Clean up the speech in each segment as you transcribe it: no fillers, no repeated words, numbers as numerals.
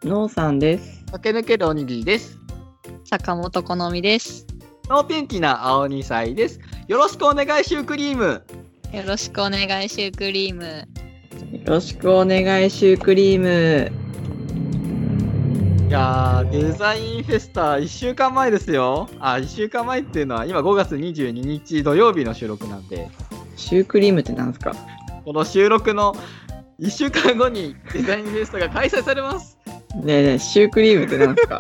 のうさんです。 駆け抜けるおにぎりです。 坂本好みです。 のピンキな青2歳です。よろしくお願いシュークリーム。 よろしくお願いシュークリーム。 よろしくお願いシュークリーム。 いやー、デザインフェスタ1週間前ですよ。1週間前っていうのは今5月22日土曜日の収録なんで。 シュークリームってなんですか？ この収録の1週間後にデザインフェスタが開催されます。 ねえねえ、シュークリームってなんですか？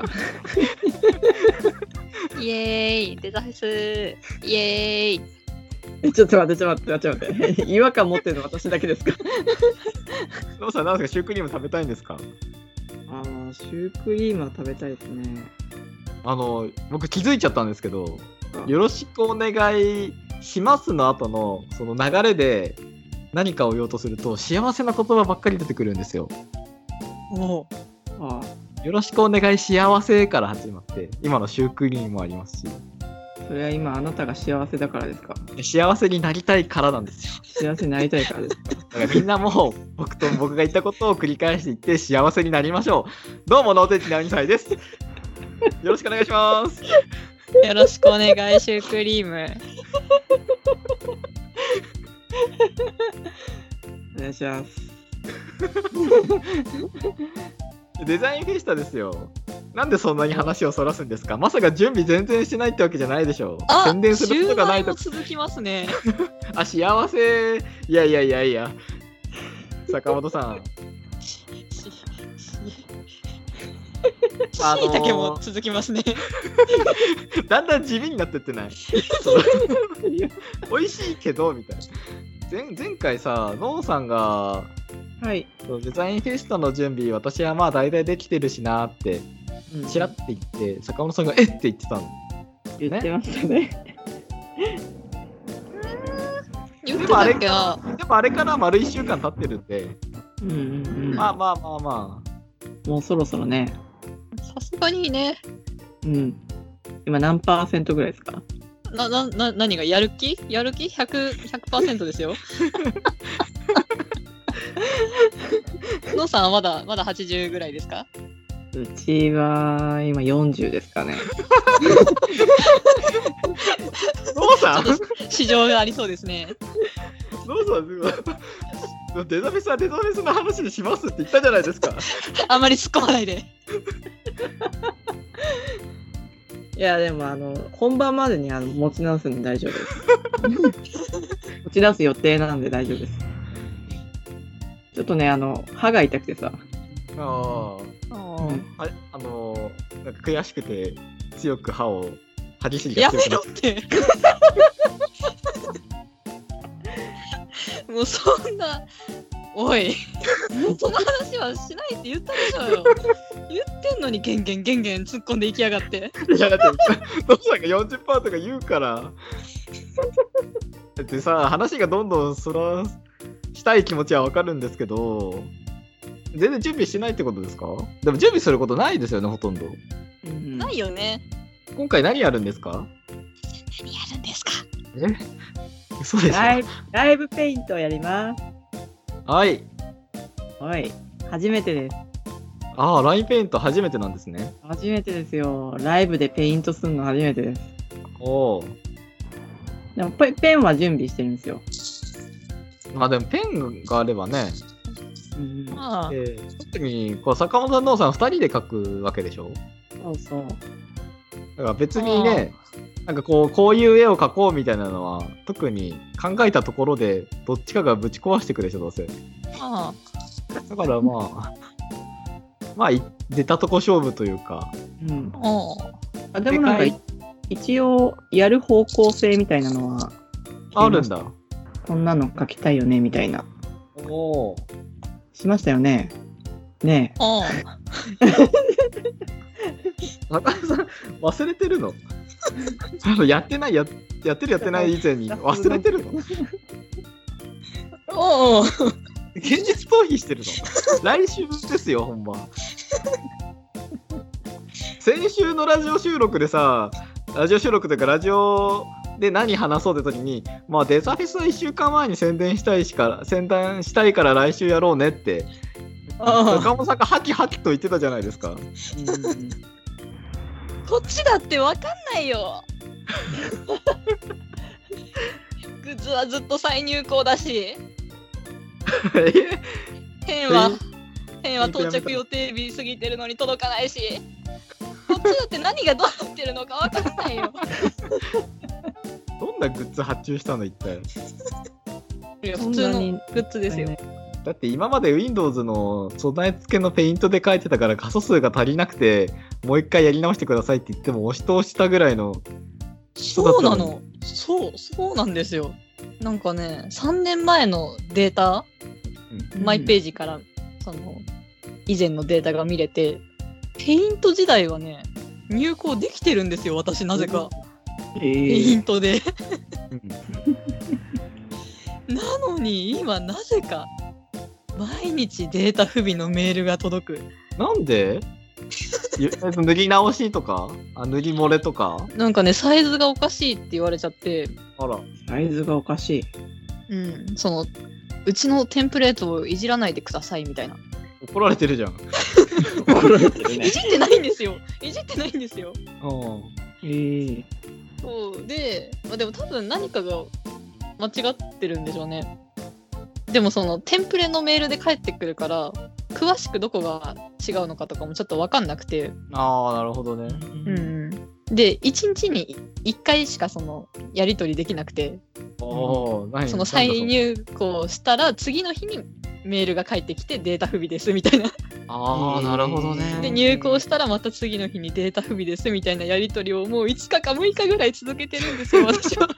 イエーイ、デザフェス、イエーイ。 ちょっと待って違和感持ってるの私だけですか？ のうさん、なんですか、シュークリーム食べたいんですか？ シュークリームは食べたいですね。 僕気づいちゃったんですけど、よろしくお願いしますの後のその流れで何かを言おうとすると幸せな言葉ばっかり出てくるんですよ。 よろしくお願い幸せから始まって今のシュークリームもありますし。 それは今あなたが幸せだからですか？ 幸せになりたいからなんですよ。 幸せになりたいからですか？ だからみんなも僕が言ったことを繰り返していって幸せになりましょう。どうも能天気な2歳です。よろしくお願いします。 よろしくお願いシュークリーム。 お願いします。 デザインフェスタですよ。なんでそんなに話をそらすんですか？まさか準備全然してないってわけじゃないでしょう。宣伝することがないと。 続きますね。 幸せ。いや。坂本さん。 しいたけも続きますね。 だんだん地味になってってない？美味しいけどみたいな。前回さ、ノーさんが、 はい、 デザインフェスタの準備私はまあ大体できてるしなってチラッて言って、坂本さんがえって言ってたの。 言ってましたね。 言ってたっけな。 でもあれから丸1週間経ってるんで、まあもうそろそろね。 さすがにね。 今何%ぐらいですか？ 何がやる気 100% ですよ。のさんはまだ80ぐらいですか？ うちは今40ですかね。 のさん市場がありそうですね。 のさんデザフェスはデザフェスの話にしますって言ったじゃないですか。 あんまり突っ込まないで。 いやでも本番までに持ち直すんで大丈夫です。持ち直す予定なんで大丈夫です。ちょっとね歯が痛くてさ。 なんか悔しくて強く歯を歯ぎしりやが強くなって。 めろって。もうそんなおいその話はしないって言ったでしょうよ。言ってんのにゲンゲン突っ込んでいきやがって。 いやだってノさんが 40% とか言うからだってさ、話がどんどんそらしたい気持ちはわかるんですけど、全然準備しないってことですか？でも準備することないですよね、ほとんど。 ないよね。 今回何やるんですか？ 何やるんですか？ 嘘でしょ？ ライブペイントをやります。はい。初めてです。 ラインペイント初めてなんですね。 初めてですよ。ライブでペイントするの初めてです。でもペンは準備してるんですよ。 でもペンがあればね。特に坂本さん、ノーさん2人で書くわけでしょ？ そう。 だから別にね、なんかこういう絵を描こうみたいなのは特に考えたところでどっちかがぶち壊してくるでしょ、どうせ。だからまあ出たとこ勝負というか。でもなんか一応やる方向性みたいなのはあるんだ。 こんなの描きたいよねみたいな。しましたよね。ねえ。 中田さん忘れてるの？やってない以前に忘れてるの？現実逃避してるの？来週ですよ、本番。先週のラジオ収録でさ、ラジオ収録というかラジオで何話そうって時に、デザフェスは1週間前に宣伝したいから来週やろうねって言っあ坂本さんがハキハキと言ってたじゃないですか。 こっちだってわかんないよ。グッズはずっと再入稿だし、ペンは到着予定日過ぎてるのに届かないし、こっちだって何がどうなってるのかわかんないよ。 どんなグッズ発注したの一体。 いや普通のグッズですよ。 だって今まで Windows の備え付けのペイントで書いてたから画素数が足りなくてもう一回やり直してくださいって言っても押し通したぐらいの。 そうなの。そうなんですよ。なんかね、3年前のデータ、マイページからその以前のデータが見れて、ペイント時代はね、入稿できてるんですよ、私なぜか。ペイントで。なのに今なぜか毎日データ不備のメールが届く。 なんで塗り直しとか塗り漏れとかなんかね、サイズがおかしいって言われちゃって。 あら、 サイズがおかしい。 そのうちのテンプレートをいじらないでくださいみたいな。 怒られてるじゃん。 怒られてるね。 いじってないんですよ。そうで、でも多分何かが間違ってるんでしょうね。でもそのテンプレのメールで返ってくるから詳しくどこが違うのかとかもちょっと分かんなくて。 ああ、なるほどね。 で1日に1回しかそのやり取りできなくて、その再入稿したら次の日にメールが返ってきてデータ不備ですみたいな。 ああ、なるほどね。 で入稿したらまた次の日にデータ不備ですみたいなやり取りをもう5日か6日ぐらい続けてるんですよ、私は。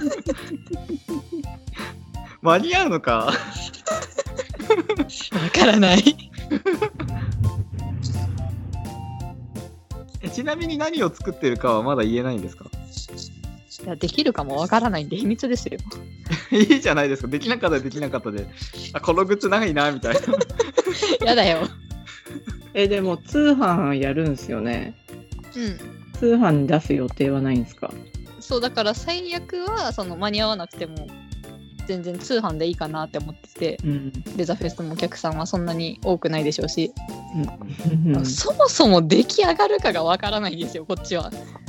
間に合うのかわからない。 ちなみに何を作ってるかはまだ言えないんですか？ いや、できるかもわからないんで秘密ですよ。 いいじゃないですか。できなかったらできなかったで、このグッズないなみたいな。 やだよ。 でも通販やるんすよね。通販に出す予定はないんですか？ そうだから最悪はその間に合わなくても全然通販でいいかなって思ってて、デザフェスのお客さんはそんなに多くないでしょうし、そもそも出来上がるかがわからないんですよ、こっちは。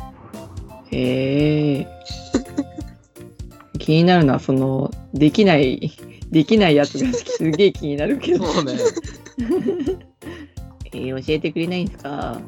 気になるのはそのできないやつがすげえ気になるけど。 そうね。 教えてくれないんですか？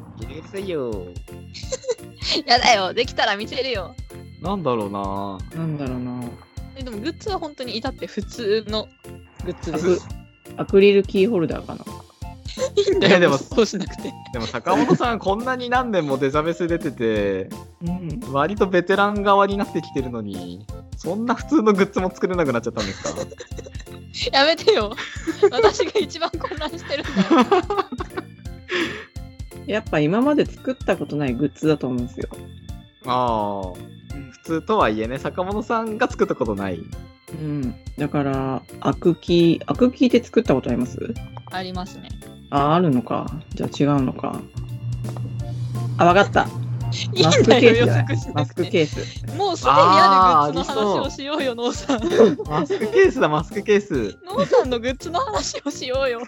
やだよ、できたら見せるよ。 なんだろうな。 でもグッズは本当に至って普通のグッズです。 アクリルキーホルダーかな。 いいんだよ、でもそうしなくて。 でも坂本さんこんなに何年もデザフェス出てて、割とベテラン側になってきてるのに、そんな普通のグッズも作れなくなっちゃったんですか？ やめてよ。私が一番混乱してるんだよ。 やっぱ今まで作ったことないグッズだと思うんですよ。 ああ。普通とはいえね、坂本さんが作ったことない。 だからアクキーって作ったことあります？ ありますね。 あるのか。じゃあ違うのか。わかった。 いいんだよ、予測しマスクケース。 もうすでにあるグッズの話をしようよ、ノーさん。 マスクケースだ、マスクケース。 ノーさんのグッズの話をしようよ。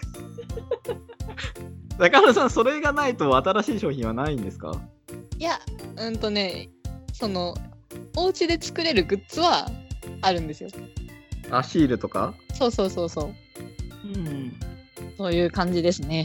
坂本さん、それがないと新しい商品はないんですか？ いや、そのお家で作れるグッズはあるんですよ。 シールとか？ そう。そういう感じですね。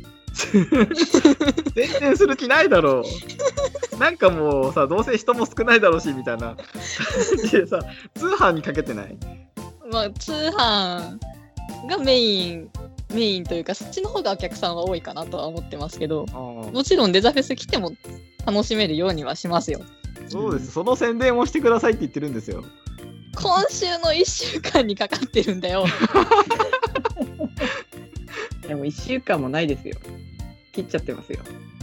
全然する気ないだろう。なんかもうさ、どうせ人も少ないだろうしみたいな感じでさ、通販にかけてない？ まあ通販がメインというか、そっちの方がお客さんは多いかなとは思ってますけど、もちろんデザフェス来ても楽しめるようにはしますよ。 そうです、その宣伝をしてくださいって言ってるんですよ。 今週の1週間にかかってるんだよ。 でも1週間もないですよ。切っちゃってますよ。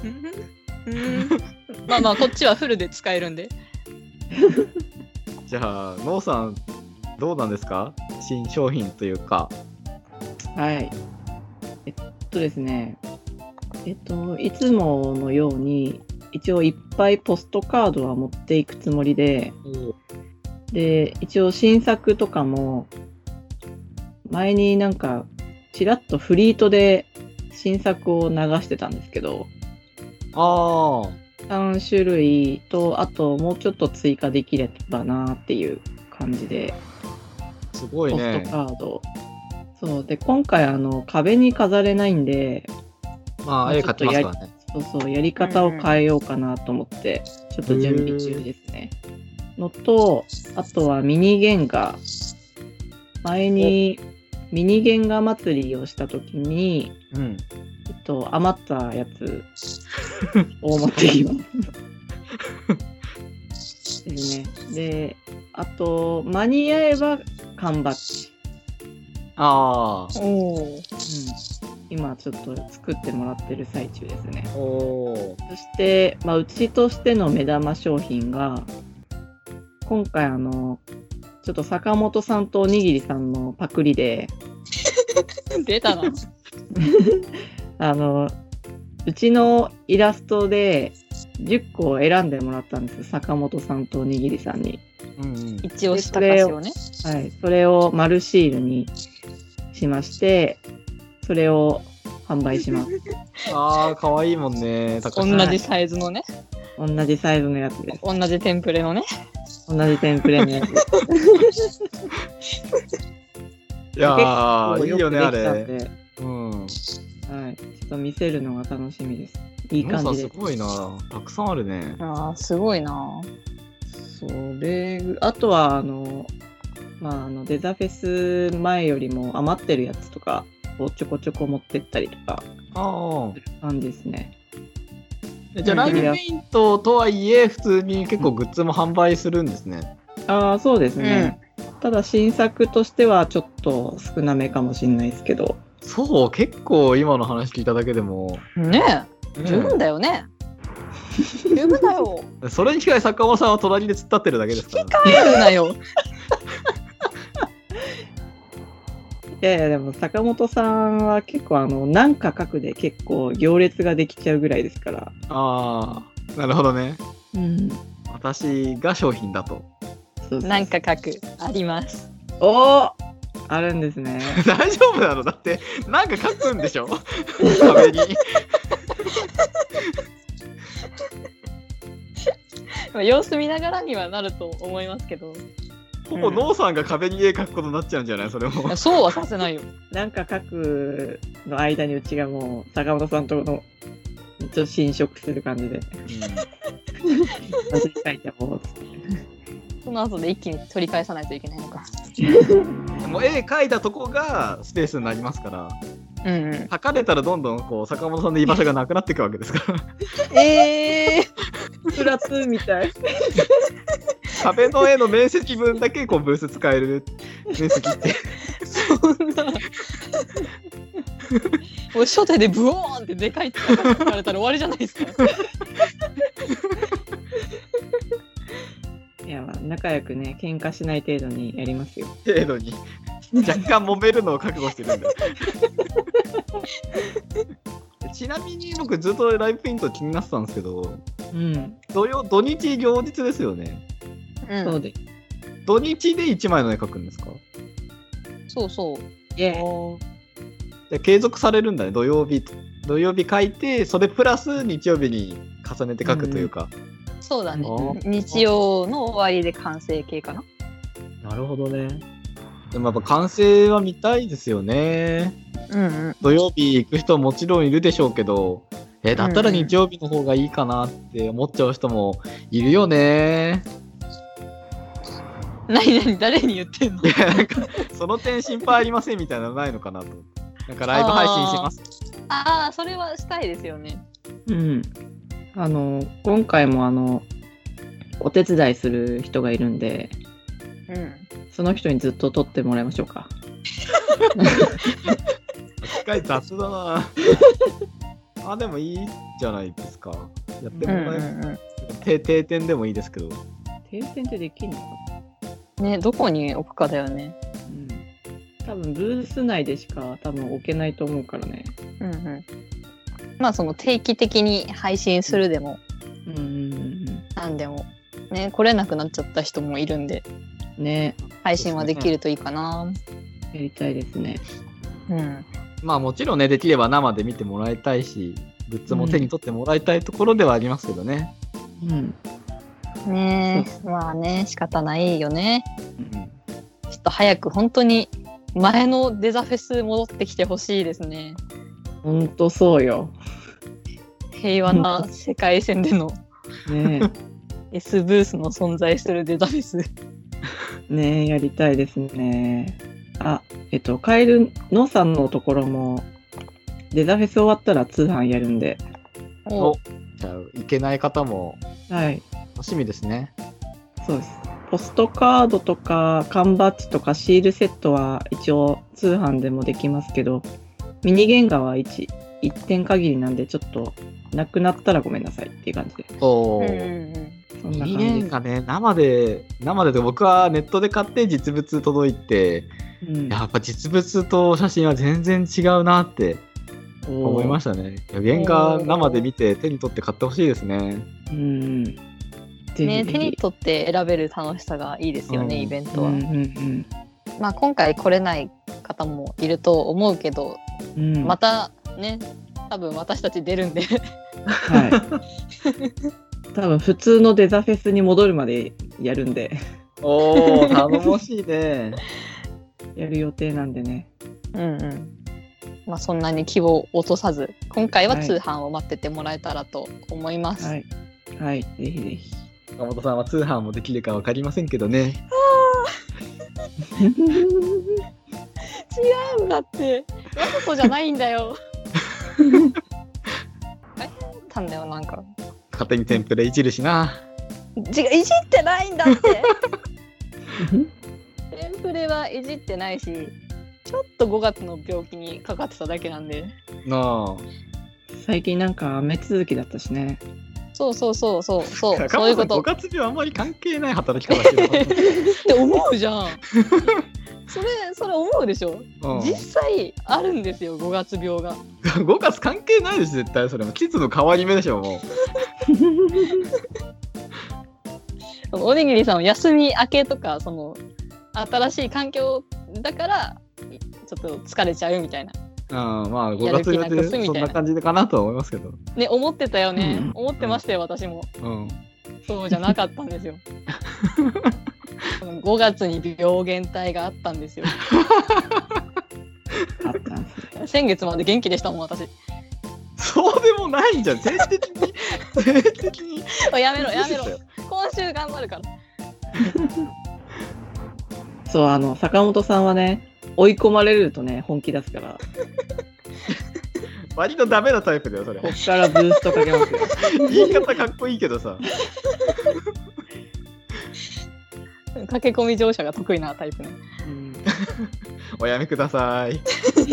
まあこっちはフルで使えるんで。 じゃあノーさんどうなんですか？新商品というか。 はい。ですね。いつものように一応いっぱいポストカードは持っていくつもりで、一応新作とかも前になんかちらっとフリートで新作を流してたんですけど、 あ 3種類と、あともうちょっと追加できればなっていう感じで、 あ、すごいポスねト。カード。そうで、今回壁に飾れないんで、 まあ、絵買ってますからね。 そう、やり方を変えようかなと思って、ちょっと準備中ですね。のと、あとはミニ原画。前にミニ原画祭りをしたときに、 うん。 余ったやつを持ってきます。ですね。で、あと、間に合えば缶バッジ。 ああ。 今ちょっと作ってもらってる最中ですね。 おー。 そして、うちとしての目玉商品が、今回ちょっと坂本さんとおにぎりさんのパクリで、 出たな。 うちのイラストで10個選んでもらったんです。坂本さんとおにぎりさんに。 うんうん。 一押し高しをね。 はい。それを丸シールにしまして、それを販売します。 ああ、かわいいもんね。高同橋じサイズのね。 同じサイズのやつです。 同じテンプレのね。 同じテンプレのやつ。 いやー、いいよね、あ結構よくできたんれ。 でうん。 はい。ちょっと見せるのが楽しみです。いい感さんじで。 すごいな。たくさんあるね。 ああ、すごいな。 それ、あとは、デザフェス前よりも余ってるやつとかをちょこちょこ持ってったりとか、 あ感じですね。 あ。じゃあ、ライブペイントとはいえ、普通に結構グッズも販売するんですね。 ああ、そうですね。ただ新作としてはちょっと少なめかもしれないですけど。 そう、結構今の話聞いただけでも。 ねえ、十分だよね。十分だよ。 それに近い坂本さんは隣で突っ立ってるだけですから。 帰るなよ。 いやいや、でも坂本さんは結構なんか書くで結構行列ができちゃうぐらいですから。 ああ、なるほどね。 うん。 私が商品だと。 そうなんか書く。あります。 おーあるんですね。 大丈夫なの？だって、なんか書くんでしょ壁に。 様子見ながらにはなると思いますけど。 ほぼノーさんが壁に絵描くことになっちゃうんじゃないそれも。 そうはさせないよ。 なんか書くの間にうちがもう坂本さんとのちょっと侵食する感じで。私書いてもう。 その後で一気に取り返さないといけないのか。 もう絵描いたとこがスペースになりますから、描かれたらどんどんこう坂本さんの居場所がなくなっていくわけですから。 プラ2みたい。 壁の絵の面積分だけこうブース使える面積って。 そんな。もう初手でブオーンってでかいって書かれたら終わりじゃないですか。 いや、仲良くね、喧嘩しない程度にやりますよ。 程度に。若干揉めるのを覚悟してるんだよ。ちなみに僕ずっとライブペイント気になってたんですけど、土日行日ですよね。 そうです。 土日で1枚の絵描くんですか？ そうそう。 で継続されるんだね。土曜日描いて、それプラス日曜日に重ねて描くというか。 そうだね。日曜の終わりで完成形かな。 なるほどね。 でもやっぱ完成は見たいですよね。土曜日行く人ももちろんいるでしょうけど、だったら日曜日の方がいいかなって思っちゃう人もいるよね。 何誰に言ってんの？ いや、なんかその点心配ありませんみたいなのないのかなと思って。なんかライブ配信します。 ああ、それはしたいですよね。 今回もお手伝いする人がいるんで、その人にずっと撮ってもらいましょうか。 機械雑だな。あ、でもいいじゃないですか。やってもらえる。定点でもいいですけど。 定点ってできるのかな？ね、どこに置くかだよね。 多分ブース内でしか多分置けないと思うからね。 まあその定期的に配信するでも、なんでもね、来れなくなっちゃった人もいるんで、 ね、 配信はできるといいかな。 やりたいですね。 まあもちろんね、できれば生で見てもらいたいし、グッズも手に取ってもらいたいところではありますけどね。 ねえ、まあね、仕方ないよね。 うんちょっと早く本当に前のデザフェス戻ってきてほしいですね。 ほんとそうよ。 平和な世界線でのね S ブースの存在するデザフェス。 ねやりたいですね。カエルのさんのところも、デザフェス終わったら通販やるんで、 お、じゃあ、いけない方もはい、 楽しみですね。 そうです。ポストカードとか缶バッジとかシールセットは一応通販でもできますけど、ミニ原画は一点限りなんで、ちょっとなくなったらごめんなさいっていう感じで。 おうんうんー。 そんなミニ感じです。 ゲンがね、生で僕はネットで買って実物届いて、 うんやっぱ実物と写真は全然違うなって思いまししたね。いや原画生で見て手に取って買ってほしいですね。 た。うん。ぜひね、 ぜひ手に取って選べる楽しさがいいですよね、 うんイベントは。まあ今回来れない方もいると思うけど、 うんまたね、多分私たち出るんではい。多分普通のデザフェスに戻るまでやるんで、 おー、頼もしいね。 やる予定なんでね。 うんうん。まあそんなに気を落とさず、今回は通販を待っててもらえたらと思います。 はい。はい。ぜひぜひ。 岡本さんは通販もできるかわかりませんけどね。 違うんだって。わざとじゃないんだよ。大変だったんだよ、なんか。 勝手にテンプレいじるしな。 いじってないんだって。テンプレはいじってないし、ちょっと5月の病気にかかってただけなんで。 なあ。 最近なんか雨続きだったしね。 そうそうそうそうそう、 中そういうこと。 5月病あんまり関係ない働き方してる。 って思うじゃん。それ思うでしょ。 うん実際あるんですよ、5月病が。 5月関係ないです絶対それも季節の変わり目でしょもおにぎりさんは休み明けとか、その新しい環境だからちょっと疲れちゃうみたいなう。まあ5 やる気月病なくすみたいなでそんな感じかなとは思いますけど。 ね、思ってたよね、 うん思ってましたよ、私も。 うん。 そうじゃなかったんですよ。5月に病原体があったんですよ。 あったんですね。 先月まで元気でしたもん、私。 そうでもないじゃん。定期的に。 やめろやめろ、今週頑張るから。 そう、坂本さんはね、追い込まれるとね、本気出すから、 割とダメなタイプだよそれ。 こっからブーストかけますよ。 言い方かっこいいけどさ。 駆け込み乗車が得意なタイプね。 うんおやめください。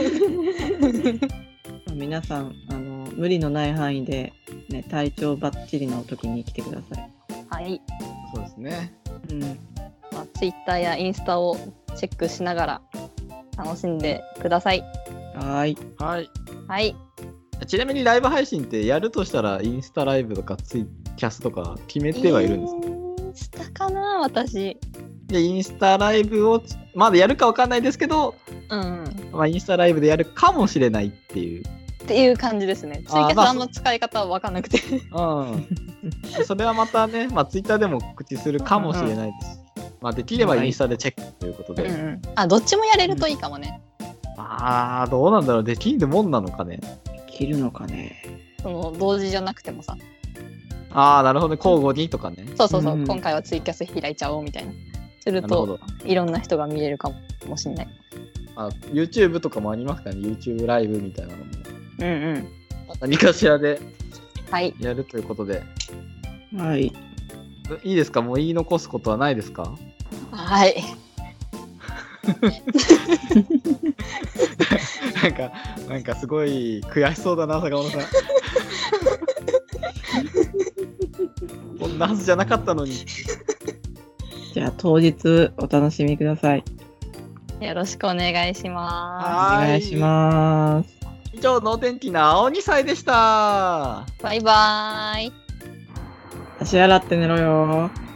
皆さん無理のない範囲で、ね、体調バッチリの時に来てください。 はい、 そうですね。 うん、 まあ、Twitter やインスタをチェックしながら楽しんでください。 はーい。 はい。 はい、 ちなみにライブ配信ってやるとしたらインスタライブとかツイキャスとか決めてはいるんですか？ インスタかな、私。 でインスタライブをまだやるかわかんないですけど、 うんまあ、インスタライブでやるかもしれないっていう。 っていう感じですね。ツイキャスまああんま使い方わかんなくて。 うん。それはまたね、まあツイッターでも告知するかもしれないですし、まあできればインスタでチェックということで。 あ、どっちもやれるといいかもね。 ああ、どうなんだろう。できるもんなのかね。 切るのかね。 その同時じゃなくてもさ。 ああ、なるほどね。交互にとかね。 そうそうそう、 うん今回はツイキャス開いちゃおうみたいな。するとなるほど。 いろんな人が見れるかもしれない。 YouTube とかもありますからね。YouTube ライブみたいなのも。 うんうん。 何かしらではい。 やるということで。 はい。 いいですか？もう言い残すことはないですか？ はい。 なんかすごい悔しそうだな、坂本さん。こんなはずじゃなかったのに。 じゃあ当日お楽しみください。 よろしくお願いしまはお願いします。 以上、能天気な青2歳でした。 す。バイバーイ。 足洗って寝ろよ。